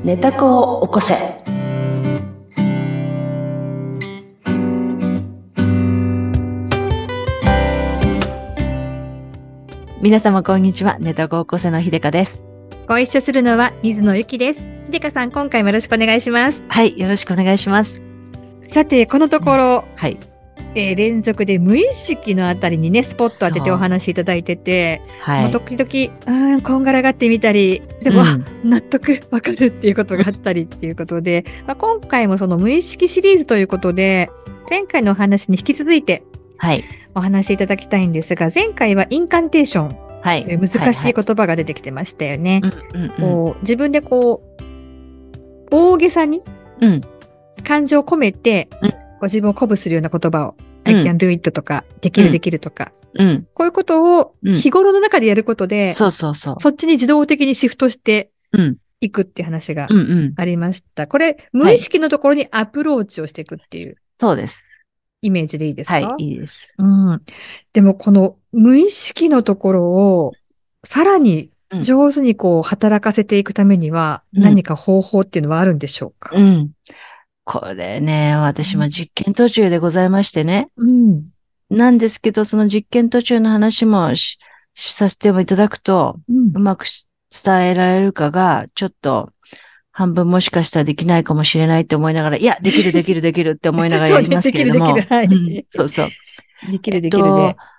寝た子を起こせ。皆様こんにちは。寝た子を起こせのひでかです。 ご一緒するのは水野ゆきです。ひでかさん、今回もよろしくお願いします。 はい、よろしくお願いします。 さて、このところ、 はい、 連続で無意識のあたりにね、スポット当ててお話しいただいてて、 はい、 もう時々、こんがらがってみたり、でも、納得、わかるっていうことがあったりっていうことで、今回もその無意識シリーズということで、前回のお話に引き続いて、 はい、 お話しいただきたいんですが、前回はインカンテーションという難しい言葉が出てきてましたよね。自分で大げさに感情を込めて、自分を鼓舞するような言葉を、I can do it とか、できるとか、こういうことを日頃の中でやることで、そっちに自動的にシフトしていくっていう話がありました。これ、無意識のところにアプローチをしていくっていう。 そうです。 イメージでいいですか？ はい、いいです。 でもこの無意識のところをさらに上手に働かせていくためには何か方法っていうのはあるんでしょうか？ これね、私も実験途中でございましてね。なんですけど、その実験途中の話もさせてもいただくと、うまく伝えられるかが、ちょっと、半分もしかしたらできないかもしれないって思いながら、いや、できるって思いながらやりますけれども。 はい。 そうそう。 できるで。言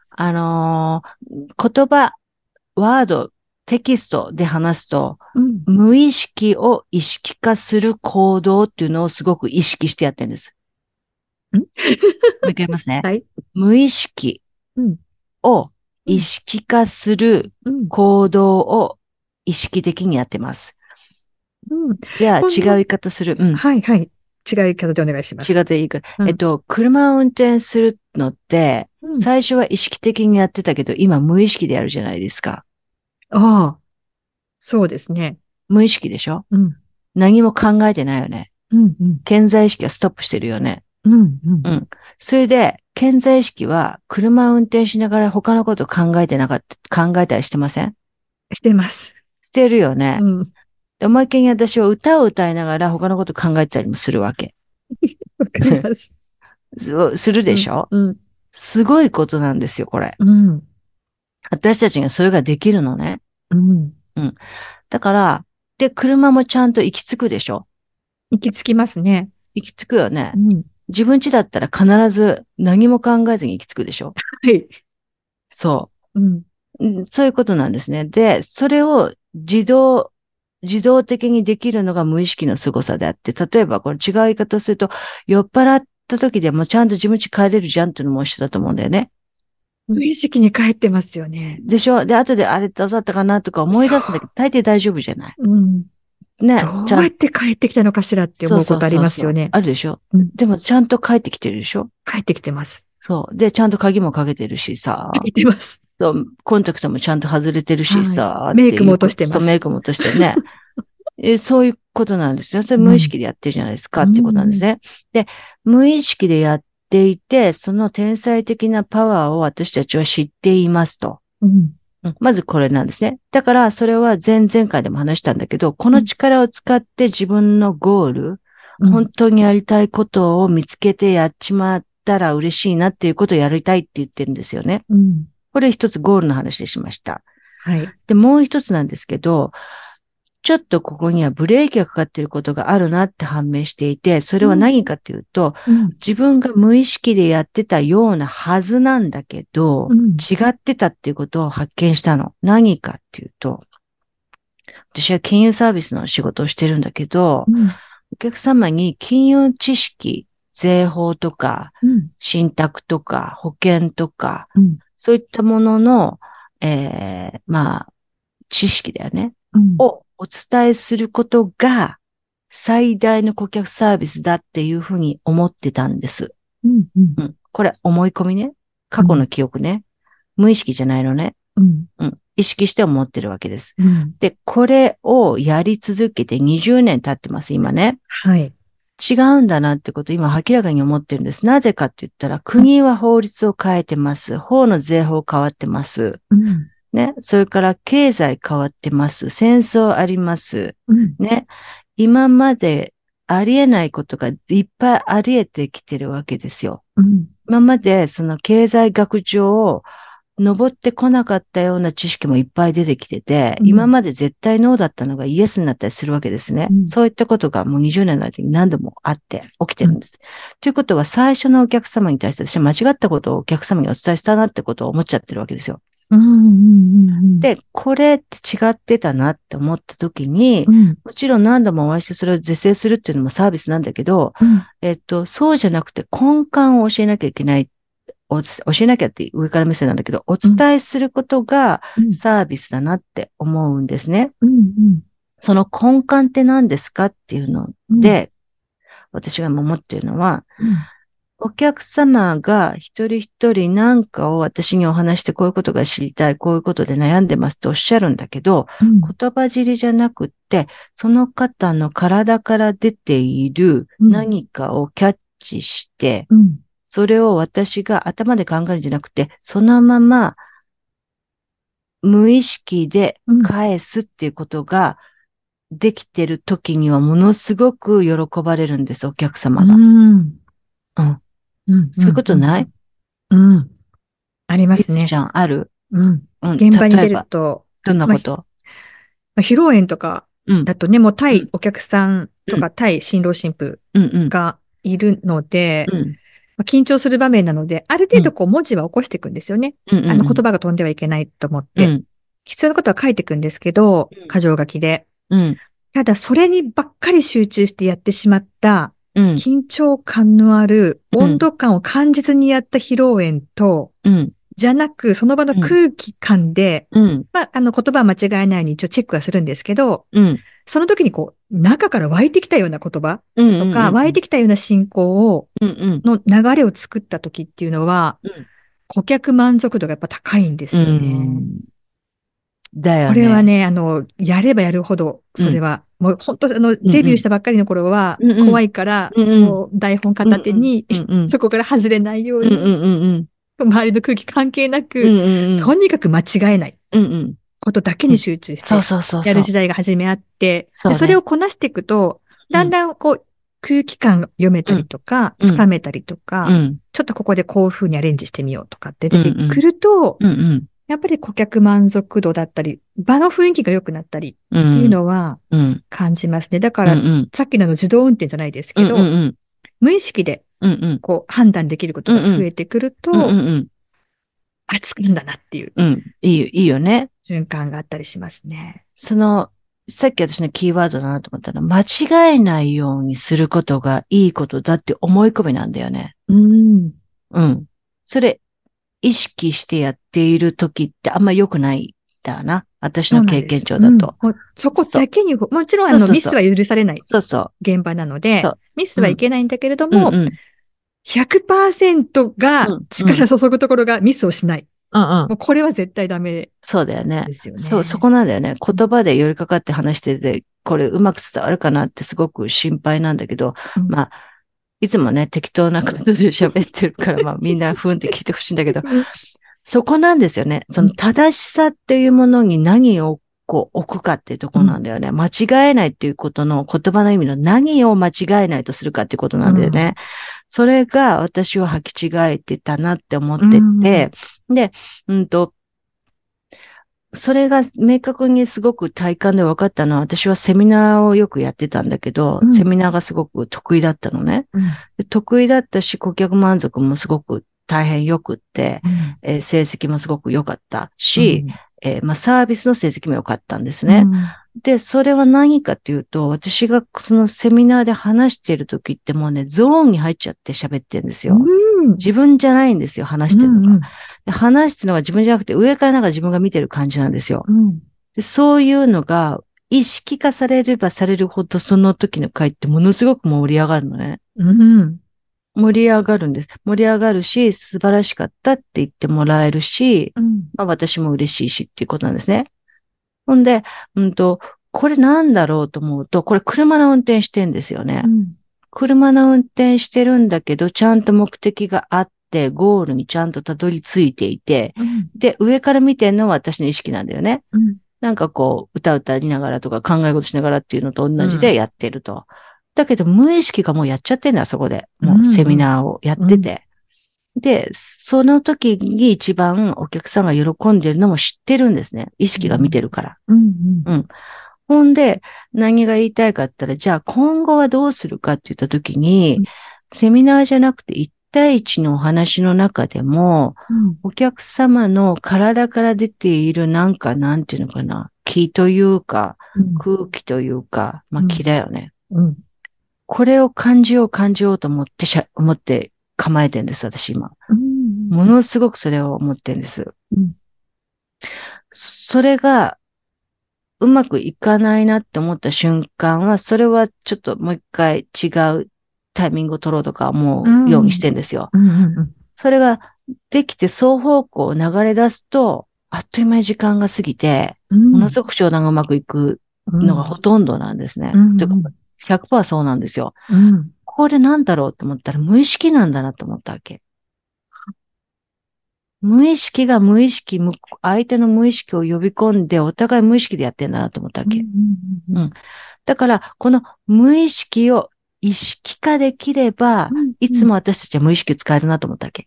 葉、ワード、テキストで話すと、無意識を意識化する行動っていうのをすごく意識してやってるんです。もう一回言いますね。 はい、 無意識を意識化する行動を意識的にやってます。じゃあ、違う言い方する。 はい。違う言い方でお願いします。 違う言い方。車を運転するのって、最初は意識的にやってたけど、今無意識でやるじゃないですか。 ああ、そうですね。 無意識でしょ？何も考えてないよね。潜在意識はストップしてるよね。それで、潜在意識は車を運転しながら他のこと考えてなかった、考えたりしてません？ してます。 してるよね。思いっきり私は歌を歌いながら他のこと考えてたりもするわけ。 わかります。 するでしょ？すごいことなんですよ、これ。私たちがそれができるのね。だから、で、車もちゃんと行き着くでしょ？ 行き着きますね。 行き着くよね。自分家だったら必ず何も考えずに行き着くでしょ？ はい。 そう。そういうことなんですね。で、それを自動的にできるのが無意識の凄さであって、例えばこれ違う言い方をすると、酔っ払った時でもちゃんと自分家帰れるじゃんっていうのも一緒だと思うんだよね。 無意識に帰ってますよね。 でしょ？で、後であれどうだったかなとか思い出すんだけど、大抵大丈夫じゃない。 ね。どうやって帰ってきたのかしらって思うことありますよね。 あるでしょ？でもちゃんと帰ってきてるでしょ？ 帰ってきてます。 そう。で、ちゃんと鍵もかけてるしさ。 かけてます。 そう、コンタクトもちゃんと外れてるしさ。 メイクも落としてます。 メイクも落としてね。そういうことなんですよ。それ無意識でやってるじゃないですかっていうことなんですね。で、無意識でやっていて、その天才的なパワーを私たちは知っていますと。まずこれなんですね。だから、それは前々回でも話したんだけど、この力を使って自分のゴール、本当にやりたいことを見つけてやっちまったら嬉しいなっていうことをやりたいって言ってるんですよね。これ一つゴールの話でしました。で、もう一つなんですけど、ちょっとここにはブレーキがかかっていることがあるなって判明していて、それは何かというと、自分が無意識でやってたようなはずなんだけど、違ってたっていうことを発見したの。何かっていうと、私は金融サービスの仕事をしてるんだけど、お客様に金融知識、税法とか、信託とか、保険とか、そういったものの、知識だよね。をお伝えすることが最大の顧客サービスだっていうふうに思ってたんです。これ思い込みね。過去の記憶ね。無意識じゃないのね。意識して思ってるわけです。で、これをやり続けて20年経ってます、今ね。違うんだなってことを今明らかに思ってるんです。なぜかって言ったら、国は法律を変えてます。法の税法変わってます。ね。それから経済変わってます。戦争あります。ね。 今までありえないことがいっぱいありえてきてるわけですよ。今までその経済学上、登ってこなかったような知識もいっぱい出てきてて、今まで絶対ノーだったのがイエスになったりするわけですね。そういったことがもう20年の間に何度もあって起きてるんです。ということは最初のお客様に対して私は間違ったことをお客様にお伝えしたなってことを思っちゃってるわけですよ。で、これって違ってたなって思った時に、もちろん何度もお会いしてそれを是正するっていうのもサービスなんだけど、そうじゃなくて根幹を教えなきゃいけない。教えなきゃって上から目線なんだけど、お伝えすることがサービスだなって思うんですね。その根幹って何ですかっていうので、私が思っているのは、お客様が一人一人何かを私にお話してこういうことが知りたい、こういうことで悩んでますっておっしゃるんだけど、言葉尻じゃなくって、その方の体から出ている何かをキャッチして、それを私が頭で考えるんじゃなくて、そのまま無意識で返すっていうことができてる時にはものすごく喜ばれるんです、お客様が。そういうことない？ ありますね。 ちゃん、ある？ 現場に出ると。 どんなこと？ 披露宴とかだとね、もう対お客さんとか対新郎新婦がいるので、緊張する場面なので、ある程度こう文字は起こしていくんですよね。言葉が飛んではいけないと思って。必要なことは書いていくんですけど、箇条書きで。ただ、それにばっかり集中してやってしまった、緊張感のある温度感を感じずにやった披露宴と、じゃなく、その場の空気感で、言葉は間違えないように一応チェックはするんですけど、その時にこう、中から湧いてきたような言葉とか、湧いてきたような進行を、の流れを作った時っていうのは、顧客満足度がやっぱ高いんですよね。 だよね。 これはね、やればやるほど、それは、もう本当デビューしたばっかりの頃は、怖いから、もう台本片手に、そこから外れないように、周りの空気関係なく、とにかく間違えないことだけに集中して、やる時代が初めあって、それをこなしていくと、だんだんこう、空気感が読めたりとか、つかめたりとか、ちょっとここでこういう風にアレンジしてみようとかって出てくると、やっぱり顧客満足度だったり、場の雰囲気が良くなったりっていうのは感じますね。だから、さっきの自動運転じゃないですけど、無意識でこう判断できることが増えてくると、熱くなんだなっていう。 いいよね。 瞬間があったりしますね。 さっき私のキーワードだなと思ったら、間違えないようにすることがいいことだって思い込みなんだよね。それ、意識してやっている時ってあんま良くないだな。私の経験上だと。 そこだけに、もちろんミスは許されない現場なので、ミスはいけないんだけれども、100% が力注ぐところがミスをしない。もうこれは絶対ダメですよね。 そうだよね。そこなんだよね。言葉で寄りかかって話してて、これうまく伝わるかなってすごく心配なんだけど、いつもね、適当なことで喋ってるから、みんなふんって聞いてほしいんだけど、そこなんですよね。その正しさっていうものに何をこう置くかっていうところなんだよね。間違えないっていうことの言葉の意味の何を間違えないとするかっていうことなんだよね。それが私は履き違えてたなって思ってて、で、それが明確にすごく体感で分かったのは、私はセミナーをよくやってたんだけど、セミナーがすごく得意だったのね。得意だったし、顧客満足もすごく大変良くって、成績もすごく良かったし、サービスの成績も良かったんですね。で、それは何かっていうと、私がそのセミナーで話している時ってもうね、ゾーンに入っちゃって喋ってるんですよ。自分じゃないんですよ、話してるのが。話してるのが自分じゃなくて、上からなんか自分が見てる感じなんですよ。でそういうのが意識化されればされるほど、その時の会ってものすごく盛り上がるのね。盛り上がるんです。盛り上がるし、素晴らしかったって言ってもらえるし、私も嬉しいしっていうことなんですね。ほんで、これなんだろうと思うと、これ車の運転してんですよね。車の運転してるんだけど、ちゃんと目的があって、ゴールにちゃんとたどり着いていて、で、上から見てるのは私の意識なんだよね。 なんかこう、歌いながらとか考え事しながらっていうのと同じでやってると。だけど、無意識がもうやっちゃってんだよ、そこで。もうセミナーをやってて。で、その時に一番お客さんが喜んでるのも知ってるんですね。意識が見てるから。ほんで、何が言いたいかって言ったら、じゃあ今後はどうするかって言った時に、セミナーじゃなくて1対1のお話の中でも、お客様の体から出ているなんていうのかな、気というか、空気というか、まあ気だよね。これを感じようと思って構えてるんです、私今。ものすごくそれを思ってるんです。それが、うまくいかないなって思った瞬間は、それはちょっともう一回違うタイミングを取ろうとか思うようにしてんですよ。それができて双方向流れ出すと、あっという間に時間が過ぎて、ものすごく商談がうまくいくのがほとんどなんですね。100% そうなんですよ。これなんだろうと思ったら無意識なんだなと思ったわけ。無意識が相手の無意識を呼び込んで、お互い無意識でやってんだなと思ったわけ。だから、この無意識を意識化できれば、いつも私たちは無意識使えるなと思ったわけ。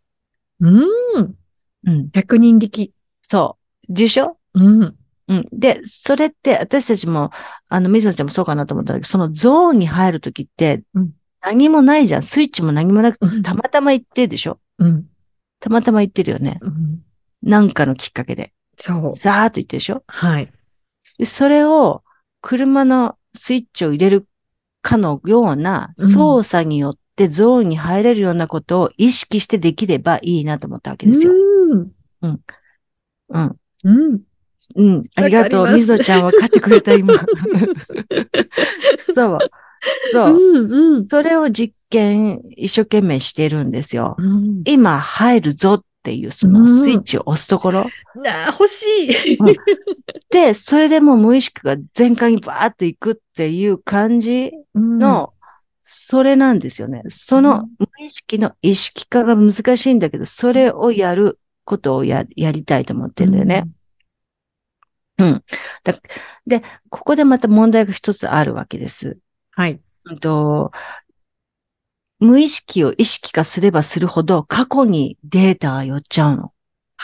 100人力。 そう。でしょ？で、それって私たちも、水野ちゃんもそうかなと思ったんだけど、そのゾーンに入るときって、何もないじゃん。スイッチも何もなくて、たまたま行ってるでしょ？たまたま行ってるよね。なんかのきっかけで。 そう。 ザーっと行ってるでしょ？ はい。 で、それを、車のスイッチを入れるかのような操作によってゾーンに入れるようなことを意識してできればいいなと思ったわけですよ。ありがとう。水野ちゃん分かってくれた、今。そう。それを実験一生懸命してるんですよ。今入るぞっていうそのスイッチを押すところ。 欲しい、 で、それでもう無意識が全開にバーっていくっていう感じの、それなんですよね。その無意識の意識化が難しいんだけど、それをやることをやりたいと思ってるんだよね。で、ここでまた問題が一つあるわけです。 はい。 無意識を意識化すればするほど過去にデータが寄っちゃうの。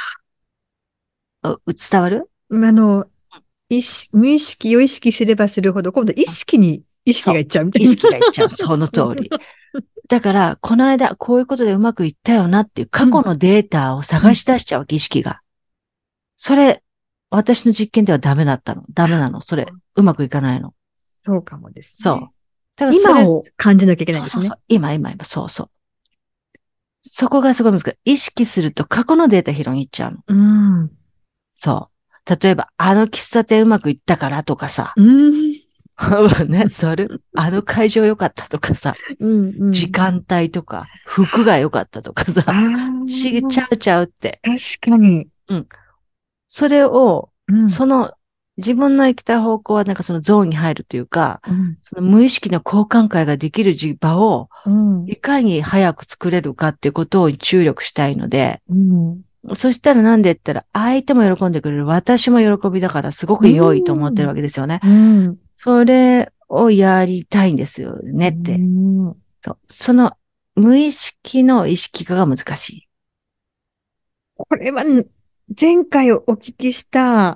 伝わる？ 無意識を意識すればするほど、今度意識がいっちゃうみたいな。 意識がいっちゃう。その通り。だから、この間、こういうことでうまくいったよなっていう過去のデータを探し出しちゃうわけ、意識が。それ、私の実験ではダメなの。それ、うまくいかないの。 そうかもですね。 そう。 だから今を感じなきゃいけないんですね。 今、そう。そこがすごい難しい。意識すると過去のデータ拾いに行っちゃうの。そう。例えば、喫茶店うまくいったからとかさ。ね、会場良かったとかさ。時間帯とか、服が良かったとかさ。ちゃうって。 確かに。 それを、自分の行きたい方向はなんかそのゾーンに入るというか、その無意識の交換会ができる場を、いかに早く作れるかっていうことを注力したいので、そしたらなんで言ったら、相手も喜んでくれる、私も喜びだからすごく良いと思ってるわけですよね。それをやりたいんですよねって。その無意識の意識化が難しい。 これは前回お聞きした、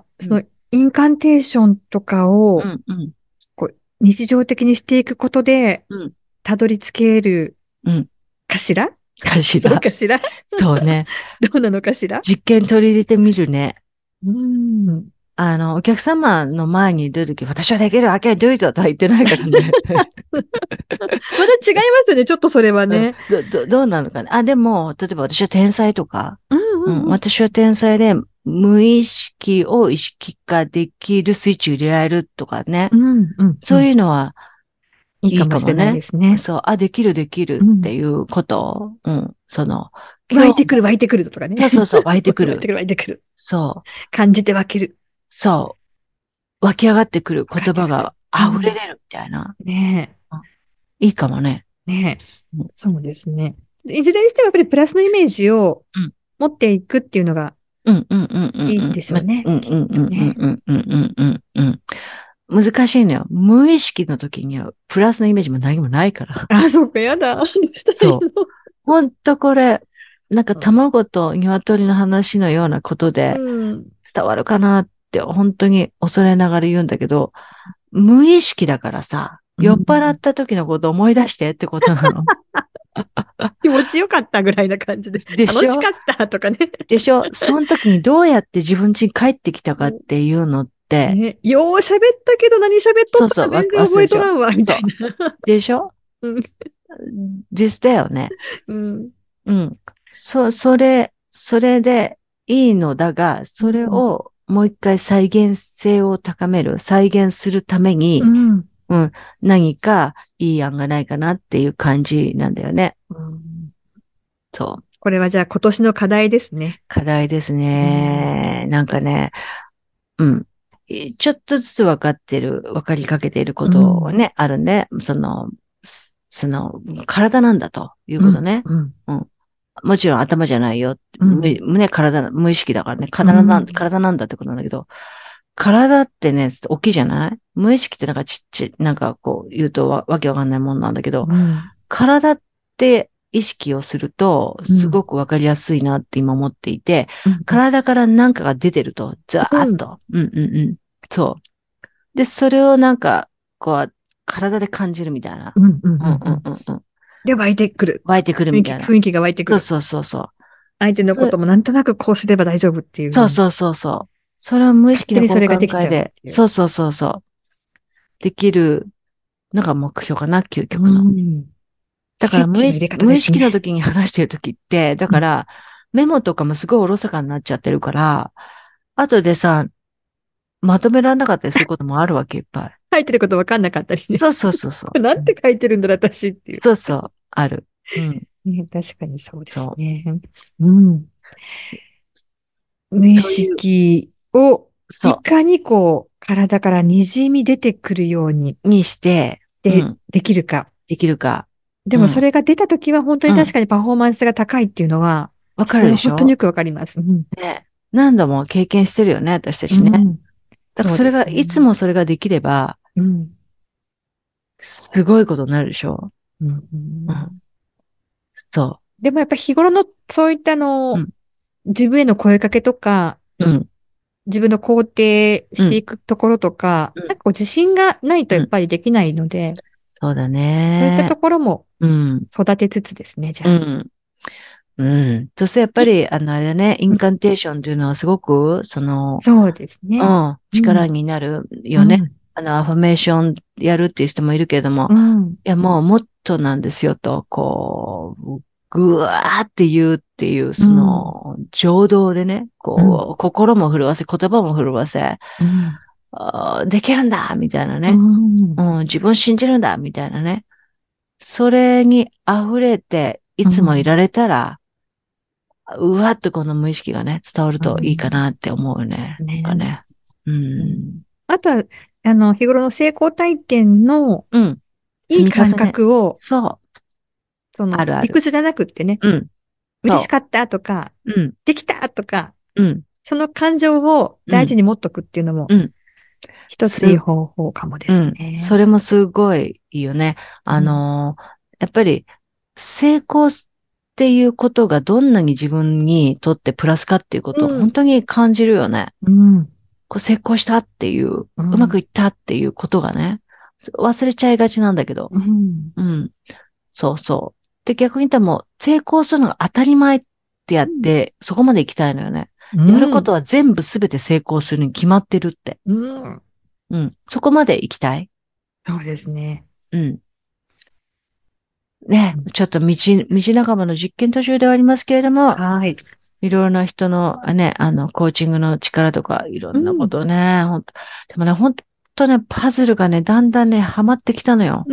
そのインカンテーションとかを、日常的にしていくことで、たどり着けるかしら？どうかしら？ そうね。 どうなのかしら？ 実験取り入れてみるね。お客様の前に出るとき、私はできる、I can do it とは言ってないからね。 また違いますね、ちょっとそれはね。 どうなのかね。でも、例えば私は天才とか、私は天才で、無意識を意識化できるスイッチを入れられるとかね。そういうのは、 いいかもしれないですね。 そう、できるっていうことを、 湧いてくるとかね。 そう、湧いてくる。 湧いてくる。 そう。 感じて湧ける。 そう。湧き上がってくる言葉が溢れ出るみたいな。 ねえ。いいかもね。 ねえ。そうですね。いずれにしてもやっぱりプラスのイメージを持っていくっていうのがいいでしょうね。 難しいのよ。無意識の時にはプラスのイメージも何もないから。 あ、そうか、やだ。どうしたらいいの？ ほんとこれ、なんか卵と鶏の話のようなことで伝わるかなって本当に恐れながら言うんだけど、無意識だからさ、酔っ払った時のこと思い出してってことなの。 気持ちよかったぐらいな感じで。楽しかったとかね。 でしょ？その時にどうやって自分家に帰ってきたかっていうのって。 ね、よう喋ったけど何喋っとったか全然覚えとらんわ、みたいな。 でしょ？うん。実だよね。うん。うん。それでいいのだが、それをもう一回再現性を高める、再現するために、何かいい案がないかなっていう感じなんだよね。そう。 これはじゃあ今年の課題ですね。 課題ですね。なんかね、ちょっとずつ分かりかけていることはね、あるんで、体なんだということね。もちろん頭じゃないよ。無意識だからね。体なんだってことなんだけど、体ってね、大きいじゃない？無意識ってなんかなんかこう言うとわけわかんないもんなんだけど、体って意識をすると、すごくわかりやすいなって今思っていて、体から何かが出てると、ザーッと。そう。で、それをなんか、こう、体で感じるみたいな。 で、湧いてくる。 湧いてくるみたいな。 雰囲気が湧いてくる。 そう。 相手のこともなんとなくこうすれば大丈夫っていう。 そう。それは無意識の考えで。そう。できるのが目標かな、究極の。だから無意識の時に話してる時って、だからメモとかもすごいおろそかになっちゃってるから、後でさ、まとめられなかったりすることもあるわけいっぱい。 書いてることわかんなかったりね。 そう。 なんて書いてるんだろ、私っていう。 そう、ある。 ね、確かにそうですね。無意識をいかにこう、体から滲み出てくるように。 して、 できるか。でもそれが出たときは本当に確かにパフォーマンスが高いっていうのは、 わかるでしょ？ 本当によくわかります。 ね。何度も経験してるよね、私たちね。だからそれが、いつもそれができれば、すごいことになるでしょ？そう。 でもやっぱり日頃のそういった自分への声かけとか、自分の肯定していくところとか、なんかこう自信がないとやっぱりできないので、 そうだね。 そういったところも育てつつですね、じゃあ。 そしてやっぱり、あれだね、インカンテーションというのはすごく、 そうですね。 力になるよね。アファメーションやるっていう人もいるけれども、いや、もっとなんですよと、こう、ぐわーって言うっていう、情動でね、こう、心も震わせ、言葉も震わせ、できるんだみたいなね、自分信じるんだみたいなね。それに溢れて、いつもいられたら、うわっとこの無意識がね、伝わるといいかなって思うよね。なんかね。 あとは、日頃の成功体験の、いい感覚を、理屈じゃなくってね、嬉しかったとか、できたとか、その感情を大事に持っとくっていうのも、一ついい方法かもですね。 それもすごいいいよね。やっぱり、成功っていうことがどんなに自分にとってプラスかっていうことを本当に感じるよね。こう成功したっていう、うまくいったっていうことがね、忘れちゃいがちなんだけど。そう。で、逆に言ったらもう、成功するのが当たり前ってやって、そこまで行きたいのよね。やることは全部すべて成功するに決まってるって。そこまで行きたい。 そうですね。 ね、ちょっと道半ばの実験途中ではありますけれども、いろいろな人のね、コーチングの力とか、いろんなことをね、でもね、本当ね、パズルがね、だんだんね、はまってきたのよ。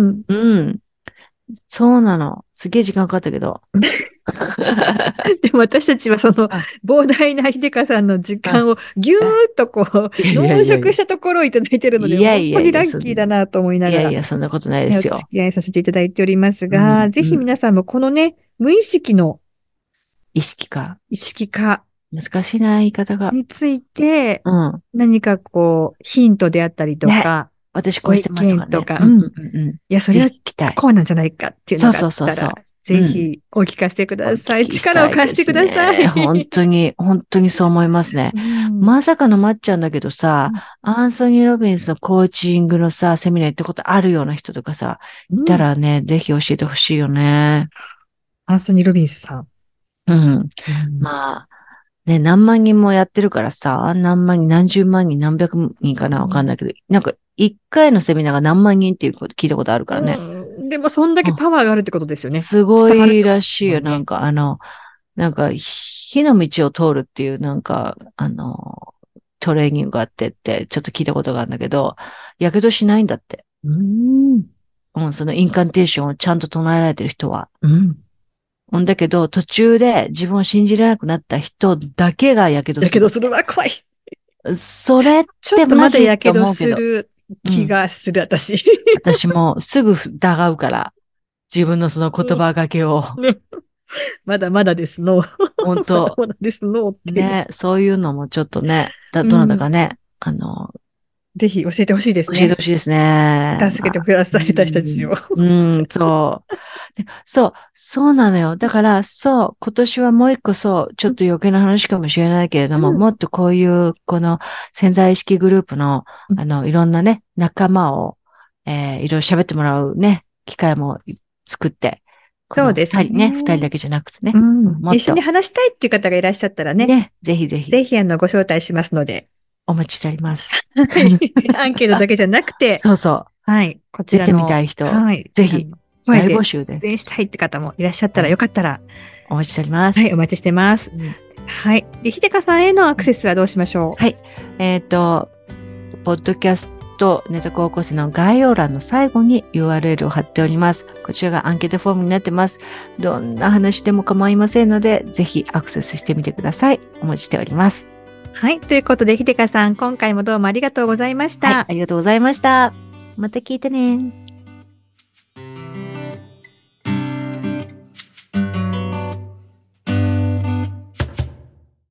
そうなの。すげえ時間かかったけど。 でも私たちはその膨大な秀香さんの時間をぎゅーっとこう、濃縮したところをいただいているので、本当にラッキーだなと思いながら。 そんなことないですよ。 お付き合いさせていただいておりますが、ぜひ皆さんもこのね、無意識の意識化難しいな、言い方が。 について、何かこう、ヒントであったりとか、 私こうしてますとかね。 ご意見とか、いや、それはこうなんじゃないかっていうのがあったら、ぜひお聞かせください。力を貸してください。 本当にそう思いますね。まさかのまっちゃんだけどさ、アンソニー・ロビンスのコーチングのさ、セミナー行ったことあるような人とかさ、いたらね、ぜひ教えてほしいよね。 アンソニー・ロビンスさん。 まあ、ね、何万人もやってるからさ、何万人、何十万人、何百人かなわかんないけど、なんか、一回のセミナーが何万人っていうこと聞いたことあるからね。 でも、そんだけパワーがあるってことですよね。 すごいらしいよ。なんか、火の道を通るっていう、トレーニングがあってって、ちょっと聞いたことがあるんだけど、やけどしないんだって。そのインカンテーションをちゃんと唱えられてる人は。だけど、途中で自分を信じられなくなった人だけがやけどする。 やけどするわ、怖い。 それってちょっとまだやけどする気がする、私。 私もすぐ疑うから。自分のその言葉がけを。 まだまだですの。 本当。 まだですのって。 ね、そういうのもちょっとね、どなたかね、 ぜひ教えてほしいですね。 教えてほしいですね。 助けてください、私たちを。 そう。そうなのよ。だから、今年はもう一個ちょっと余計な話かもしれないけれども、もっとこういう、この潜在意識グループの、いろんなね、仲間を、いろいろ喋ってもらうね、機会も作って、 そうですね。 二人だけじゃなくてね。 一緒に話したいっていう方がいらっしゃったらね。 ね、ぜひぜひ。 ぜひ、ご招待しますので。 お待ちしております。 アンケートだけじゃなくて。 そう。 はい。こちらの。 出てみたい人。はい。ぜひ。大募集で。 出演したいって方もいらっしゃったらよかったら。 お待ちしております。 はい、お待ちしてます。はい。で、ひでかさんへのアクセスはどうしましょう？はい。ポッドキャストネタ高校生の概要欄の最後に URL を貼っております。こちらがアンケートフォームになってます。どんな話でも構いませんので、ぜひアクセスしてみてください。お待ちしております。 はい。ということで、ひでかさん、今回もどうもありがとうございました。 はい、ありがとうございました。また聞いてね。